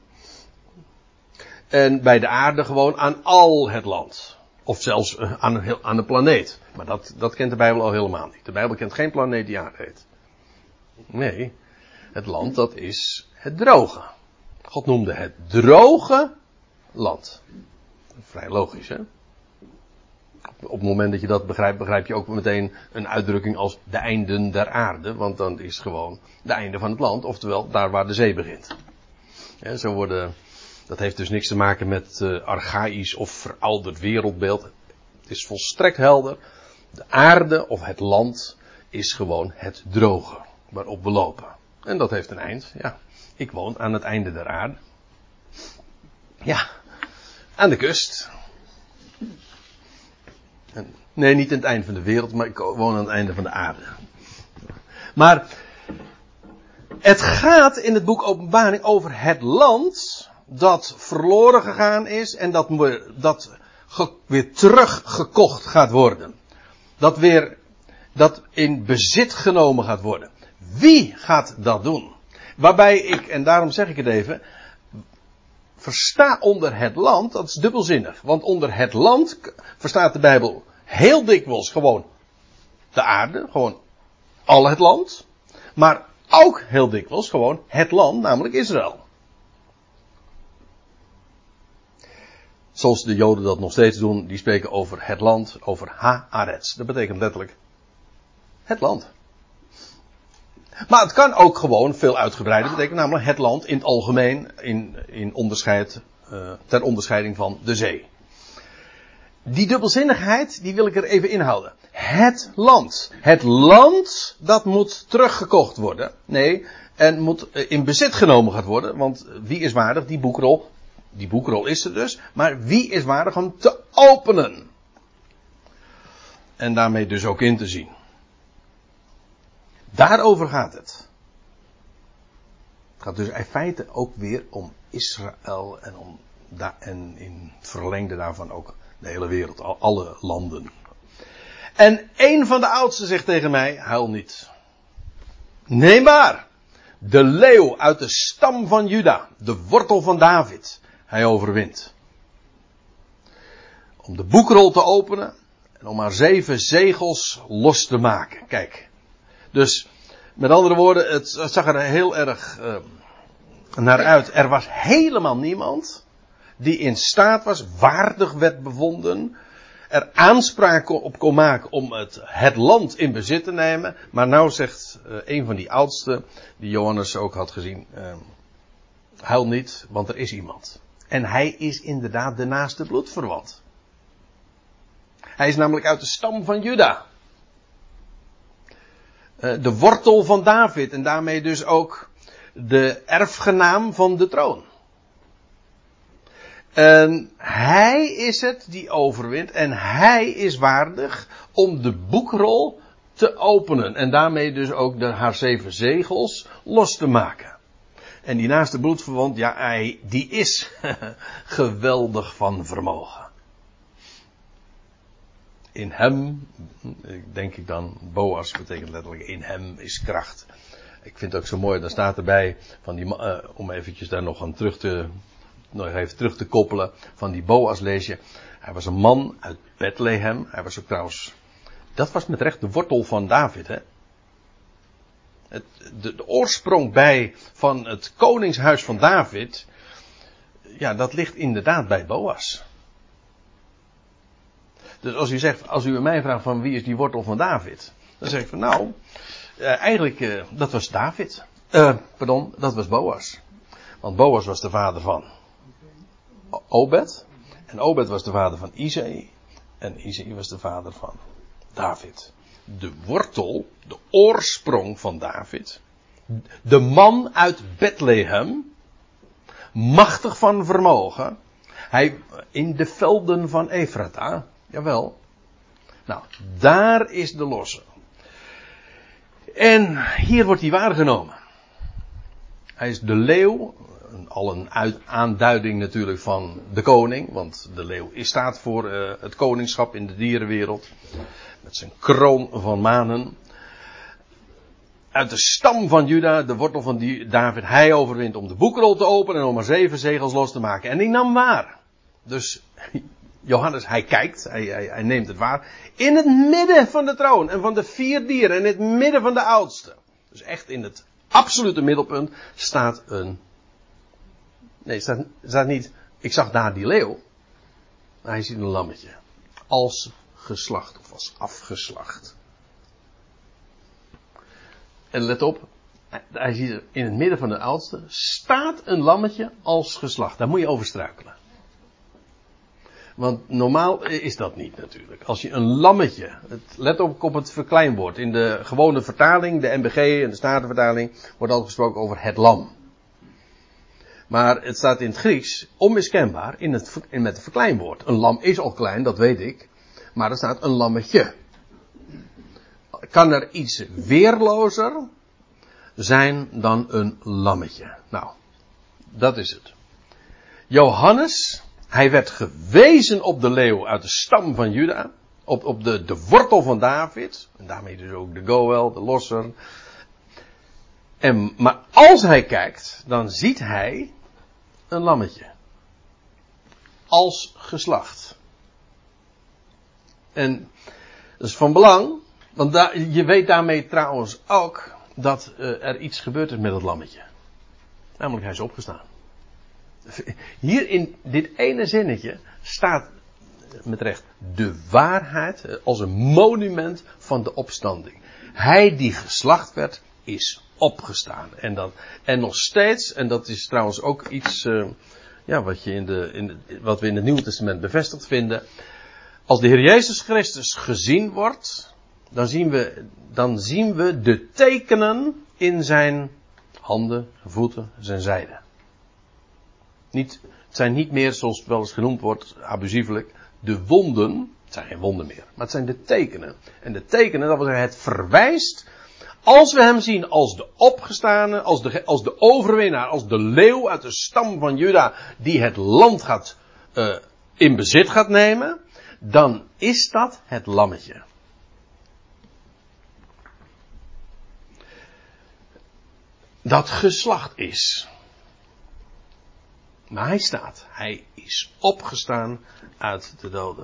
En bij de aarde gewoon aan al het land. Of zelfs aan de planeet. Maar dat kent de Bijbel al helemaal niet. De Bijbel kent geen planeet die aarde heet. Nee, het land dat is het droge. God noemde het droge land. Vrij logisch, hè? Op het moment dat je dat begrijpt, begrijp je ook meteen een uitdrukking als de einden der aarde. Want dan is gewoon de einde van het land, oftewel daar waar de zee begint. Ja, dat heeft dus niks te maken met archaïsch of verouderd wereldbeeld. Het is volstrekt helder. De aarde of het land is gewoon het droge waarop we lopen. En dat heeft een eind. Ja, ik woon aan het einde der aarde. Ja, aan de kust. Nee, niet aan het einde van de wereld, maar ik woon aan het einde van de aarde. Maar het gaat in het boek Openbaring over het land dat verloren gegaan is en dat weer teruggekocht gaat worden. Dat in bezit genomen gaat worden. Wie gaat dat doen? Waarbij ik, en daarom zeg ik het even, versta onder het land, dat is dubbelzinnig. Want onder het land verstaat de Bijbel heel dikwijls gewoon de aarde, gewoon al het land. Maar ook heel dikwijls gewoon het land, namelijk Israël. Zoals de Joden dat nog steeds doen, die spreken over het land, over Haaretz. Dat betekent letterlijk het land. Maar het kan ook gewoon veel uitgebreider betekenen, namelijk het land in het algemeen, ter onderscheiding van de zee. Die dubbelzinnigheid, die wil ik er even inhouden. Het land. Het land, dat moet teruggekocht worden. Nee, en moet in bezit genomen gaan worden. Want wie is waardig die boekrol? Die boekrol is er dus. Maar wie is waardig om te openen? En daarmee dus ook in te zien. Daarover gaat het. Het gaat dus in feite ook weer om Israël en in het verlengde daarvan ook de hele wereld, alle landen. En een van de oudsten zegt tegen mij, huil niet. Neem maar, de leeuw uit de stam van Juda, de wortel van David, hij overwint. Om de boekrol te openen en om haar 7 zegels los te maken. Kijk, dus met andere woorden, het zag er heel erg naar uit. Er was helemaal niemand die in staat was, waardig werd bevonden, er aanspraak op kon maken om het land in bezit te nemen. Maar nou zegt een van die oudsten, die Johannes ook had gezien, huil niet, want er is iemand. En hij is inderdaad de naaste bloedverwant. Hij is namelijk uit de stam van Juda. De wortel van David en daarmee dus ook de erfgenaam van de troon. En hij is het die overwint en hij is waardig om de boekrol te openen. En daarmee dus ook haar 7 zegels los te maken. En die naaste bloedverwant, ja, die is geweldig van vermogen. In hem, denk ik dan, Boas betekent letterlijk in hem is kracht. Ik vind het ook zo mooi, daar staat erbij, van die, om eventjes daar nog even terug te koppelen, van die Boas lees je. Hij was een man uit Bethlehem, hij was ook trouwens, dat was met recht de wortel van David, hè. De oorsprong van het koningshuis van David, ja, dat ligt inderdaad bij Boas. Dus als u mij vraagt van wie is die wortel van David, dan zeg ik van nou, eigenlijk dat was David. Dat was Boas. Want Boas was de vader van Obed. En Obed was de vader van Isaï. En Isaï was de vader van David. De wortel, de oorsprong van David. De man uit Bethlehem. Machtig van vermogen. Hij in de velden van Efrata. Jawel. Nou, daar is de losse. En hier wordt hij waargenomen. Hij is de leeuw. Al een aanduiding natuurlijk van de koning. Want de leeuw staat voor het koningschap in de dierenwereld. Met zijn kroon van manen. Uit de stam van Juda, de wortel van David. Hij overwint om de boekrol te openen en om er 7 zegels los te maken. En die nam waar. Dus Johannes, hij kijkt, hij neemt het waar. In het midden van de troon en van de 4 dieren. In het midden van de oudste. Dus echt in het absolute middelpunt staat een... Nee, staat niet, ik zag daar die leeuw. Maar hij ziet een lammetje. Als geslacht of als afgeslacht. En let op, hij ziet er in het midden van de oudste staat een lammetje als geslacht. Daar moet je over struikelen. Want normaal is dat niet natuurlijk. Als je een lammetje, let op het verkleinwoord. In de gewone vertaling, de NBG en de Statenvertaling, wordt altijd gesproken over het lam. Maar het staat in het Grieks onmiskenbaar met het verkleinwoord. Een lam is al klein, dat weet ik. Maar er staat een lammetje. Kan er iets weerlozer zijn dan een lammetje? Nou, dat is het. Johannes, hij werd gewezen op de leeuw uit de stam van Juda. Op de wortel van David. En daarmee dus ook de Goël, de losser. Maar als hij kijkt, dan ziet hij een lammetje. Als geslacht. En dat is van belang. Want je weet daarmee trouwens ook dat er iets gebeurd is met het lammetje. Namelijk hij is opgestaan. Hier in dit ene zinnetje staat met recht de waarheid als een monument van de opstanding. Hij die geslacht werd is opgestaan. En nog steeds, en dat is trouwens ook iets wat we in het Nieuwe Testament bevestigd vinden. Als de Heer Jezus Christus gezien wordt, dan zien we de tekenen in zijn handen, voeten, zijn zijde. Het zijn niet meer, zoals het wel eens genoemd wordt, abusievelijk, de wonden. Het zijn geen wonden meer, maar het zijn de tekenen. En de tekenen, dat wil zeggen, het verwijst, als we hem zien als de opgestane, als de overwinnaar, als de leeuw uit de stam van Juda, die het land in bezit gaat nemen, dan is dat het lammetje. Dat geslacht is. Maar hij is opgestaan uit de doden.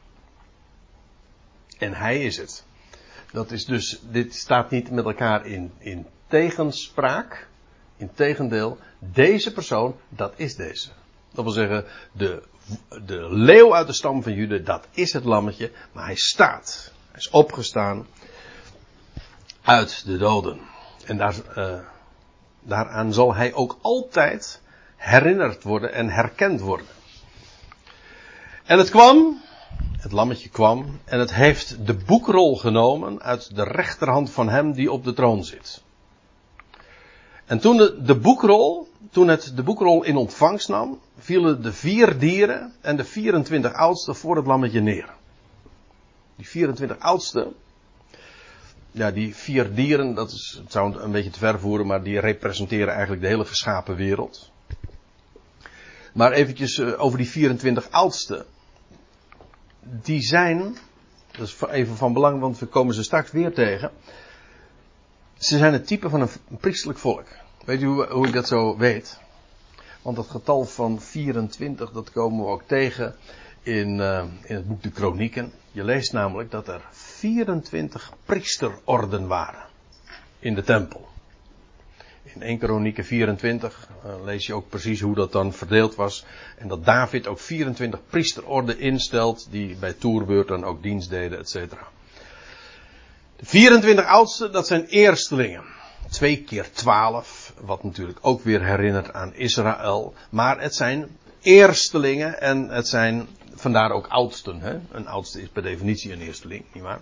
En hij is het. Dat is dus, dit staat niet met elkaar in tegenspraak. Integendeel, deze persoon, dat is deze. Dat wil zeggen, de leeuw uit de stam van Juda, dat is het lammetje. Maar hij staat. Hij is opgestaan uit de doden. En daaraan zal hij ook altijd herinnerd worden en herkend worden. En het lammetje kwam en het heeft de boekrol genomen uit de rechterhand van hem die op de troon zit. En toen het de boekrol in ontvangst nam, vielen de 4 dieren en de 24 oudsten voor het lammetje neer. Die 24 oudsten, ja, die 4 dieren, het zou een beetje te ver voeren, maar die representeren eigenlijk de hele geschapen wereld. Maar eventjes over die 24 oudsten. Die zijn, dat is even van belang, want we komen ze straks weer tegen. Ze zijn het type van een priesterlijk volk. Weet u hoe ik dat zo weet? Want dat getal van 24, dat komen we ook tegen in het boek de Kronieken. Je leest namelijk dat er 24 priesterorden waren in de tempel. In 1 Kronieken 24 lees je ook precies hoe dat dan verdeeld was. En dat David ook 24 priesterorden instelt die bij toerbeurt dan ook dienst deden, etc. De 24 oudsten, dat zijn eerstelingen. 2 keer 12, wat natuurlijk ook weer herinnert aan Israël. Maar het zijn eerstelingen en het zijn vandaar ook oudsten. Hè? Een oudste is per definitie een eersteling, nietwaar?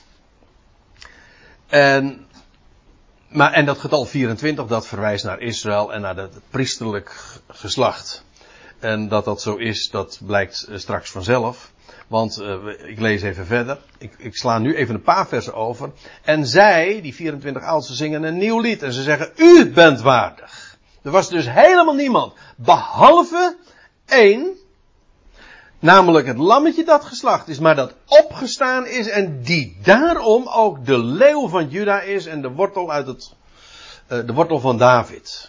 En dat getal 24, dat verwijst naar Israël en naar het priesterlijk geslacht. En dat dat zo is, dat blijkt straks vanzelf. Want ik lees even verder. Ik sla nu even een paar versen over. En zij, die 24 oudsten, zingen een nieuw lied. En ze zeggen, u bent waardig. Er was dus helemaal niemand. Behalve 1. Namelijk het lammetje dat geslacht is, maar dat opgestaan is en die daarom ook de leeuw van Juda is en de wortel van David.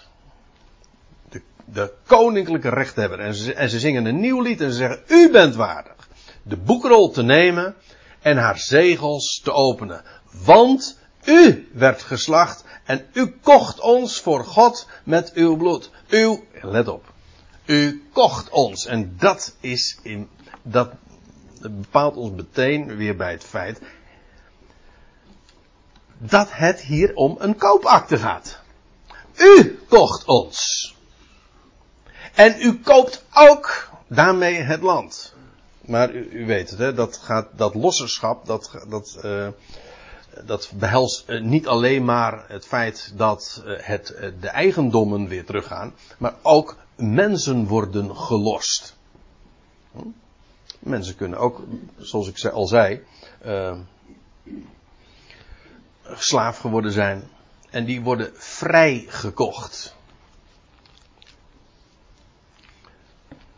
De koninklijke rechthebber. En ze zingen een nieuw lied en ze zeggen, u bent waardig de boekrol te nemen en haar zegels te openen. Want u werd geslacht en u kocht ons voor God met uw bloed. Let op. U kocht ons. En dat bepaalt ons meteen weer bij het feit dat het hier om een koopakte gaat. U kocht ons. En u koopt ook daarmee het land. Maar u weet het, hè, dat losserschap, dat behelst niet alleen maar het feit dat de eigendommen weer teruggaan, maar ook mensen worden gelost. Mensen kunnen ook, zoals ik al zei, slaaf geworden zijn. En die worden vrijgekocht.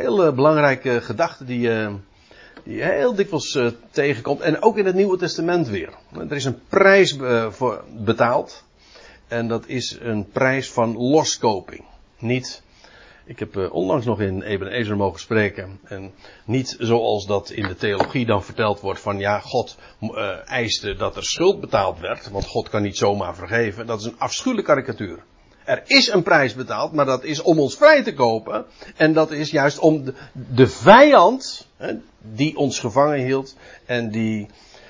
hele belangrijke gedachte die je heel dikwijls tegenkomt. En ook in het Nieuwe Testament weer. Er is een prijs voor betaald. En dat is een prijs van loskoping. Ik heb onlangs nog in Ebenezer mogen spreken. En niet zoals dat in de theologie dan verteld wordt van ja, God eiste dat er schuld betaald werd. Want God kan niet zomaar vergeven. Dat is een afschuwelijke karikatuur. Er is een prijs betaald, maar dat is om ons vrij te kopen. En dat is juist om de vijand, die ons gevangen hield. En die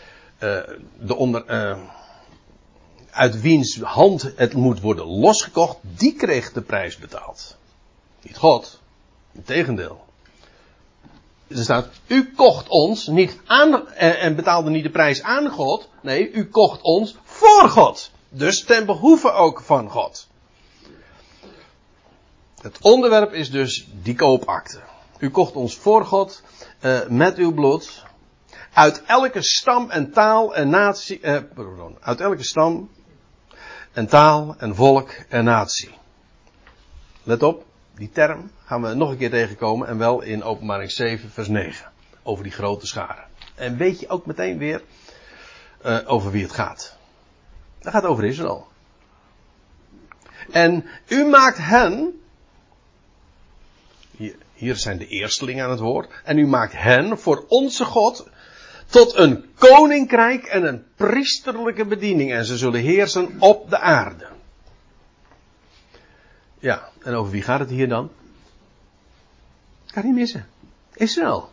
uit wiens hand het moet worden losgekocht, die kreeg de prijs betaald. Niet God. Integendeel. Er staat, u kocht ons niet aan en betaalde niet de prijs aan God. Nee, u kocht ons voor God. Dus ten behoeve ook van God. Het onderwerp is dus die koopakte. U kocht ons voor God met uw bloed. Uit elke stam en taal en natie. Uit elke stam en taal en volk en natie. Let op, die term gaan we nog een keer tegenkomen. En wel in Openbaring 7 vers 9. Over die grote schare. En weet je ook meteen weer over wie het gaat. Het gaat over Israël. En u maakt hen. Hier zijn de eerstelingen aan het woord. En u maakt hen voor onze God tot een koninkrijk en een priesterlijke bediening. En ze zullen heersen op de aarde. Ja, en over wie gaat het hier dan? Kan niet missen. Israël.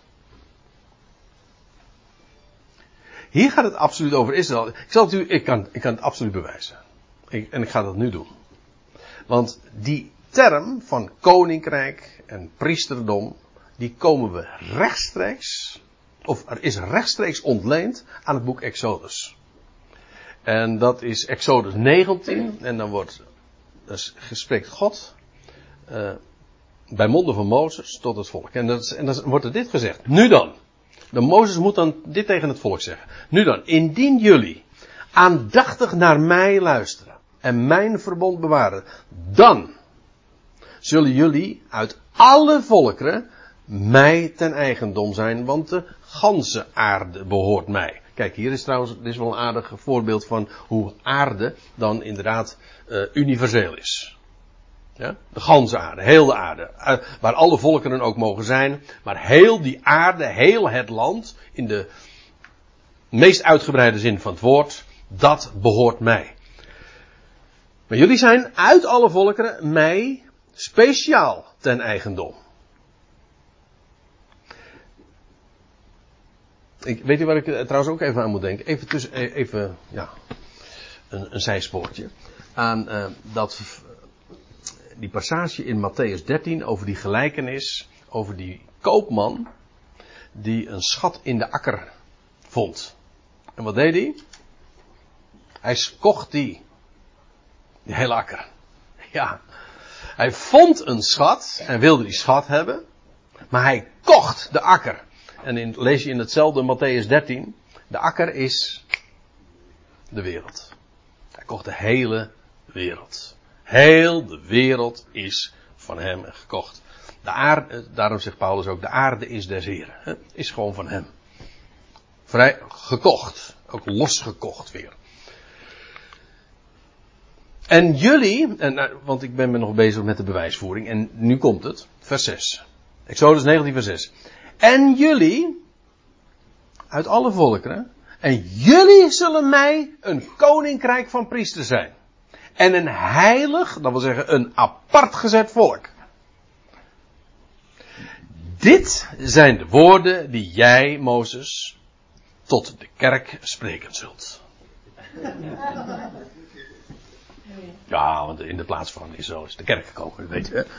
Hier gaat het absoluut over Israël. Ik kan het absoluut bewijzen. En ik ga dat nu doen. Want die term van koninkrijk en priesterdom, die komen we rechtstreeks, of er is rechtstreeks ontleend aan het boek Exodus. En dat is Exodus 19, en dan spreekt God bij monden van Mozes tot het volk. En dan wordt er dit gezegd. Nu dan. Mozes moet dan dit tegen het volk zeggen. Nu dan, indien jullie aandachtig naar mij luisteren en mijn verbond bewaren, dan zullen jullie uit alle volkeren mij ten eigendom zijn, want de ganse aarde behoort mij. Kijk, hier is trouwens, dit is wel een aardig voorbeeld van hoe aarde dan inderdaad universeel is. Ja? De ganse aarde, heel de aarde, waar alle volkeren ook mogen zijn, maar heel die aarde, heel het land, in de meest uitgebreide zin van het woord, dat behoort mij. Maar jullie zijn uit alle volkeren mij speciaal ten eigendom. Weet u waar ik trouwens ook even aan moet denken? Even een zijspoortje. Aan die passage in Matthäus 13 over die gelijkenis, over die koopman die een schat in de akker vond. En wat deed hij? Hij kocht die hele akker. Ja. Hij vond een schat en wilde die schat hebben, maar hij kocht de akker. En lees je in hetzelfde Matthäus 13, de akker is de wereld. Hij kocht de hele wereld. Heel de wereld is van hem gekocht. De aarde, daarom zegt Paulus ook, de aarde is des Heren. Is gewoon van hem. Vrij gekocht. Ook losgekocht weer. En jullie, want ik ben me nog bezig met de bewijsvoering, en nu komt het, vers 6. Exodus 19 vers 6. En jullie, uit alle volkeren, en jullie zullen mij een koninkrijk van priesters zijn. En een heilig, dat wil zeggen een apart gezet volk. Dit zijn de woorden die jij, Mozes, tot de kerk spreken zult. Ja, want in de plaats van Israël is de kerk gekomen, dat weet je.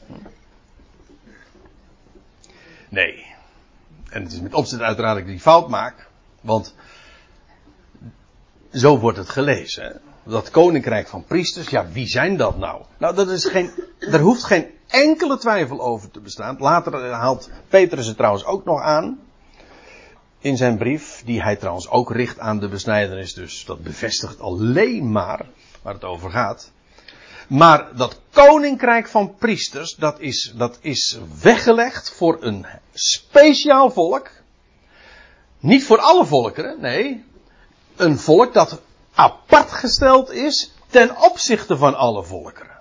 Nee. En het is met opzet uiteraard dat ik die fout maak. Want zo wordt het gelezen. Hè? Dat koninkrijk van priesters, ja, wie zijn dat nou? Nou, er hoeft geen enkele twijfel over te bestaan. Later haalt Petrus het trouwens ook nog aan. In zijn brief, die hij trouwens ook richt aan de besnijdenis. Dus dat bevestigt alleen maar waar het over gaat. Maar dat koninkrijk van priesters, dat is weggelegd voor een speciaal volk. Niet voor alle volkeren, nee. Een volk dat apart gesteld is ten opzichte van alle volkeren.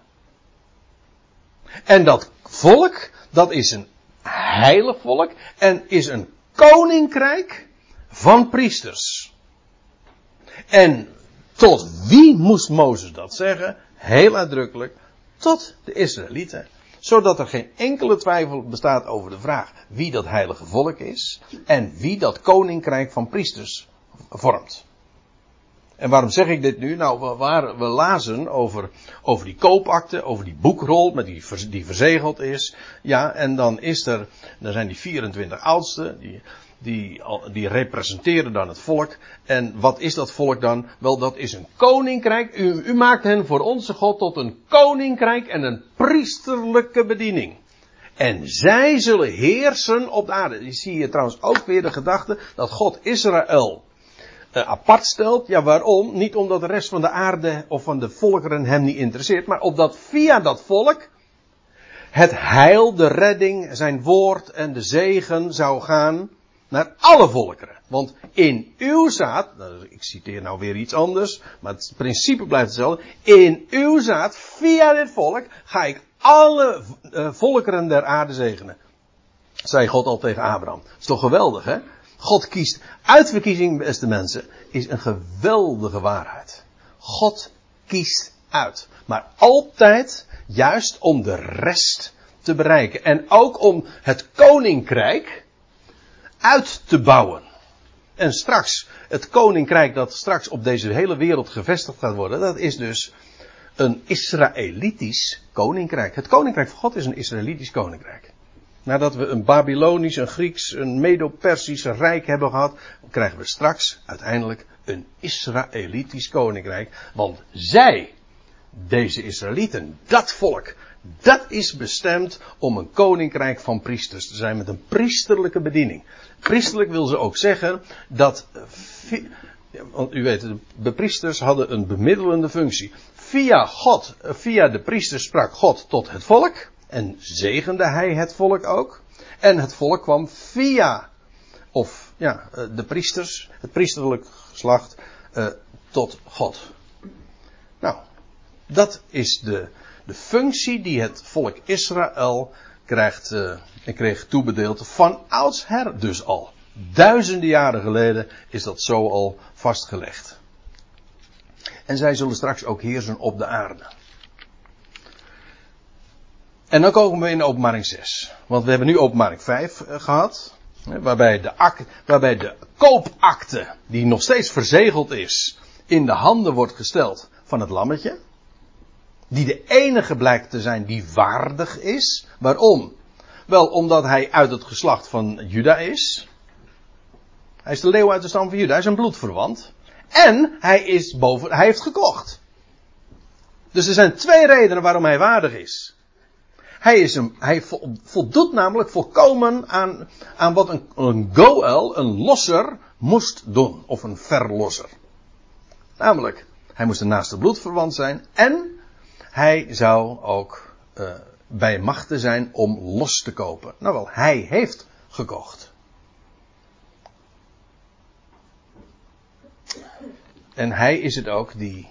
En dat volk, dat is een heilig volk en is een koninkrijk van priesters. En tot wie moest Mozes dat zeggen? Heel uitdrukkelijk, tot de Israëlieten. Zodat er geen enkele twijfel bestaat over de vraag wie dat heilige volk is en wie dat koninkrijk van priesters vormt. En waarom zeg ik dit nu? Nou, we lazen over die koopakte, over die boekrol die verzegeld is. Ja, en dan zijn die 24 oudsten, die representeren dan het volk. En wat is dat volk dan? Wel, dat is een koninkrijk. U maakt hen voor onze God tot een koninkrijk en een priesterlijke bediening. En zij zullen heersen op de aarde. Je zie je trouwens ook weer de gedachte dat God Israël apart stelt. Ja, waarom? Niet omdat de rest van de aarde of van de volkeren hem niet interesseert, maar opdat via dat volk het heil, de redding, zijn woord en de zegen zou gaan naar alle volkeren. Want in uw zaad, ik citeer nou weer iets anders, maar het principe blijft hetzelfde. In uw zaad, via dit volk, ga ik alle volkeren der aarde zegenen. Zei God al tegen Abraham. Dat is toch geweldig, hè? God kiest. Uitverkiezing, beste mensen, is een geweldige waarheid. God kiest uit. Maar altijd juist om de rest te bereiken. En ook om het koninkrijk uit te bouwen. En straks, het koninkrijk dat straks op deze hele wereld gevestigd gaat worden, dat is dus een Israëlitisch koninkrijk. Het koninkrijk van God is een Israëlitisch koninkrijk. Nadat we een Babylonisch, een Grieks, een Medo-Persisch rijk hebben gehad, krijgen we straks uiteindelijk een Israëlitisch koninkrijk. Want zij, deze Israëlieten, dat volk, dat is bestemd om een koninkrijk van priesters te zijn met een priesterlijke bediening. Priesterlijk wil ze ook zeggen dat, want u weet, de priesters hadden een bemiddelende functie. Via de priesters sprak God tot het volk. En zegende hij het volk ook. En het volk kwam via, de priesters, het priesterlijk geslacht, tot God. Nou, dat is de functie die het volk Israël kreeg toebedeeld van oudsher dus al. Duizenden jaren geleden is dat zo al vastgelegd. En zij zullen straks ook heersen op de aarde. En dan komen we in Openbaring 6. Want we hebben nu Openbaring 5 gehad. Waarbij de koopakte, die nog steeds verzegeld is, in de handen wordt gesteld van het lammetje. Die de enige blijkt te zijn die waardig is. Waarom? Wel, omdat hij uit het geslacht van Juda is. Hij is de leeuw uit de stam van Juda. Hij is een bloedverwant. En hij heeft gekocht. Dus er zijn twee redenen waarom hij waardig is. Hij voldoet namelijk volkomen aan wat een goel, een losser, moest doen. Of een verlosser. Namelijk, hij moest een naaste bloedverwant zijn. En hij zou ook bij machte zijn om los te kopen. Nou wel, hij heeft gekocht. En hij is het ook die...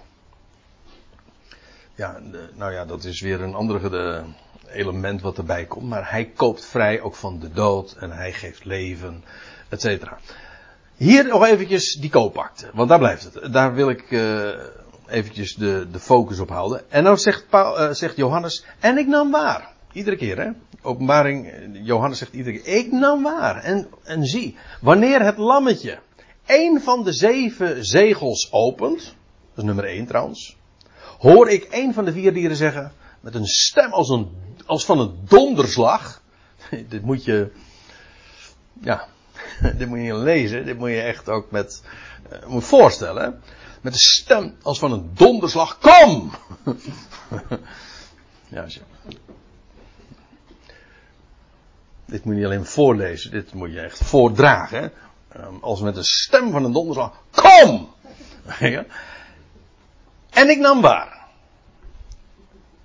dat is weer een andere element wat erbij komt. Maar hij koopt vrij ook van de dood. En hij geeft leven, et cetera. Hier nog eventjes die koopakte. Want daar blijft het. Daar wil ik eventjes de focus op houden. En nou zegt Johannes, en ik nam waar. Iedere keer, hè. Openbaring, Johannes zegt iedere keer, ik nam waar. En zie, wanneer het lammetje 1 van de 7 zegels opent. Dat is nummer 1 trouwens. Hoor ik 1 van de 4 dieren zeggen, met een stem als van een donderslag. Dit moet je, dit moet je lezen. Dit moet je echt ook moet voorstellen. Hè? Met een stem als van een donderslag. Kom! Dit moet je niet alleen voorlezen. Dit moet je echt voordragen. Hè? Als met een stem van een donderslag. Kom! En ik nam waar.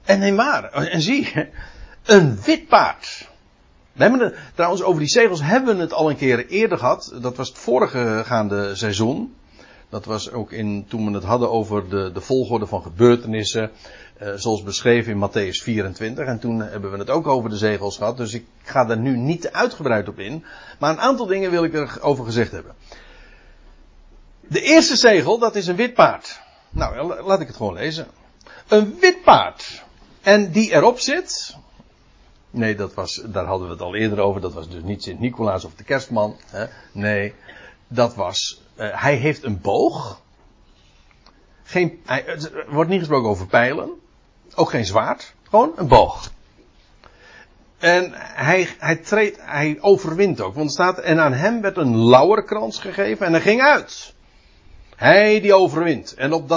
En neem waar. En zie, een wit paard. We hebben het, trouwens, over die zegels hebben we het al een keer eerder gehad. Dat was het voorgaande seizoen. Dat was ook toen we het hadden over de volgorde van gebeurtenissen. Zoals beschreven in Mattheüs 24. En toen hebben we het ook over de zegels gehad. Dus ik ga daar nu niet te uitgebreid op in. Maar een aantal dingen wil ik erover gezegd hebben. De eerste zegel, dat is een wit paard. Nou, laat ik het gewoon lezen. Een wit paard. En die erop zit. Nee, daar hadden we het al eerder over. Dat was dus niet Sint-Nicolaas of de kerstman. Hè? Nee, dat was... hij heeft een boog. Er wordt niet gesproken over pijlen. Ook geen zwaard. Gewoon een boog. En hij overwint ook. Want er staat, en aan hem werd een lauwerkrans gegeven. En hij ging uit. Hij die overwint.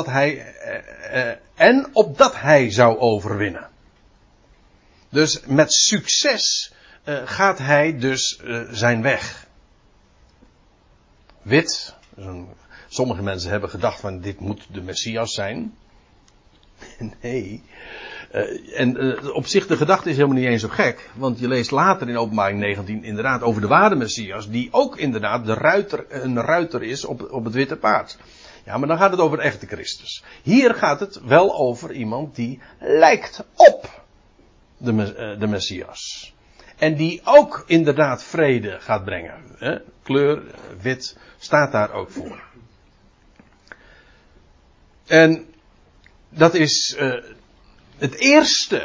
En opdat hij zou overwinnen. Dus met succes gaat hij dus zijn weg. Wit. Sommige mensen hebben gedacht van dit moet de Messias zijn. Nee. Op zich de gedachte is helemaal niet eens zo gek. Want je leest later in Openbaring 19 inderdaad over de ware Messias. Die ook inderdaad een ruiter is op het witte paard. Ja, maar dan gaat het over de echte Christus. Hier gaat het wel over iemand die lijkt op de Messias. En die ook inderdaad vrede gaat brengen. Kleur wit staat daar ook voor. En dat is het eerste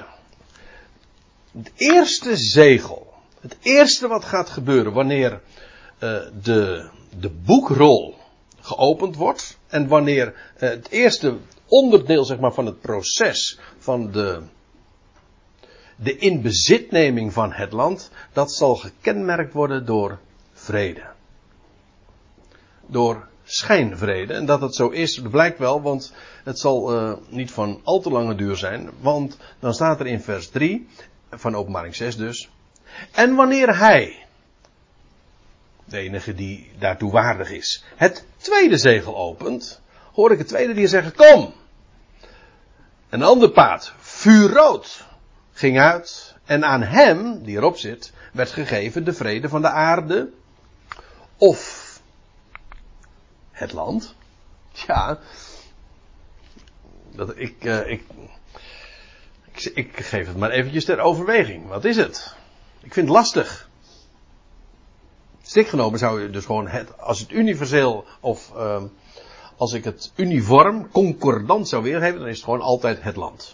zegel. Het eerste wat gaat gebeuren wanneer de boekrol geopend wordt. En wanneer het eerste onderdeel zeg maar, van het proces van de inbezitneming van het land. Dat zal gekenmerkt worden door vrede. Door schijnvrede. En dat het zo is, dat blijkt wel, want het zal niet van al te lange duur zijn. Want dan staat er in vers 3 van Openbaring 6 dus. En wanneer hij, de enige die daartoe waardig is, het tweede zegel opent, hoor ik het tweede die zeggen, kom. Een ander paard, vuurrood, ging uit. En aan hem, die erop zit, werd gegeven de vrede van de aarde. Of het land. Ja. Ik geef het maar eventjes ter overweging. Wat is het? Ik vind het lastig. Strikt genomen zou je dus gewoon als het universeel of als ik het uniform, concordant zou weergeven, dan is het gewoon altijd het land.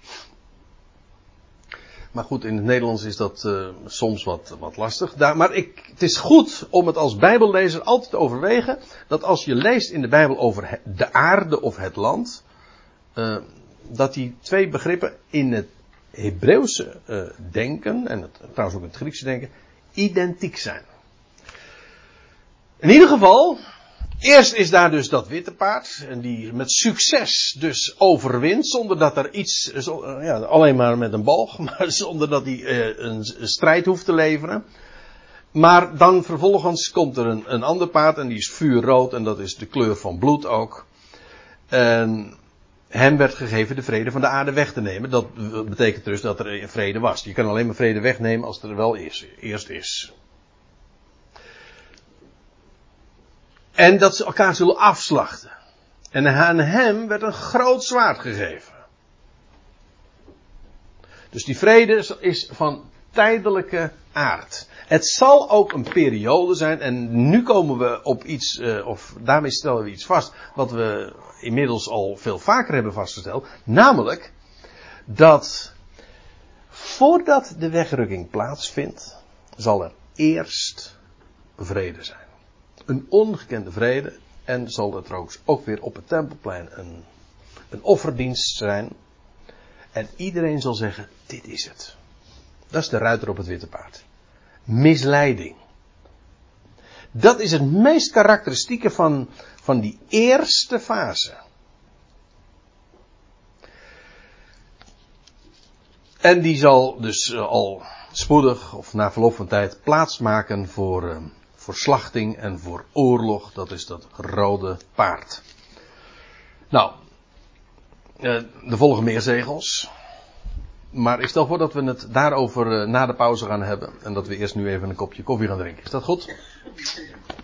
Maar goed, in het Nederlands is dat soms wat lastig. Maar het is goed om het als Bijbellezer altijd te overwegen. Dat als je leest in de Bijbel over de aarde of het land. Dat die twee begrippen in het Hebreeuwse denken. En trouwens ook in het Griekse denken. Identiek zijn. In ieder geval. Eerst is daar dus dat witte paard. En die met succes dus overwint. Zonder dat er iets. Alleen maar met een balg. Maar zonder dat hij een strijd hoeft te leveren. Maar dan vervolgens komt er een ander paard. En die is vuurrood. En dat is de kleur van bloed ook. En hem werd gegeven de vrede van de aarde weg te nemen. Dat betekent dus dat er vrede was. Je kan alleen maar vrede wegnemen als er wel eerst is. En dat ze elkaar zullen afslachten. En aan hem werd een groot zwaard gegeven. Dus die vrede is van tijdelijke aard. Het zal ook een periode zijn. En nu komen we op iets, of daarmee stellen we iets vast. Wat we inmiddels al veel vaker hebben vastgesteld. Namelijk dat voordat de wegrukking plaatsvindt, zal er eerst vrede zijn. Een ongekende vrede. En zal er trouwens ook weer op het Tempelplein een offerdienst zijn. En iedereen zal zeggen, dit is het. Dat is de ruiter op het witte paard. Misleiding. Dat is het meest karakteristieke van die eerste fase. En die zal dus al spoedig of na verloop van tijd plaatsmaken voor slachting en voor oorlog. Dat is dat rode paard. Nou, er volgen meer zegels. Maar ik stel voor dat we het daarover na de pauze gaan hebben. En dat we eerst nu even een kopje koffie gaan drinken. Is dat goed?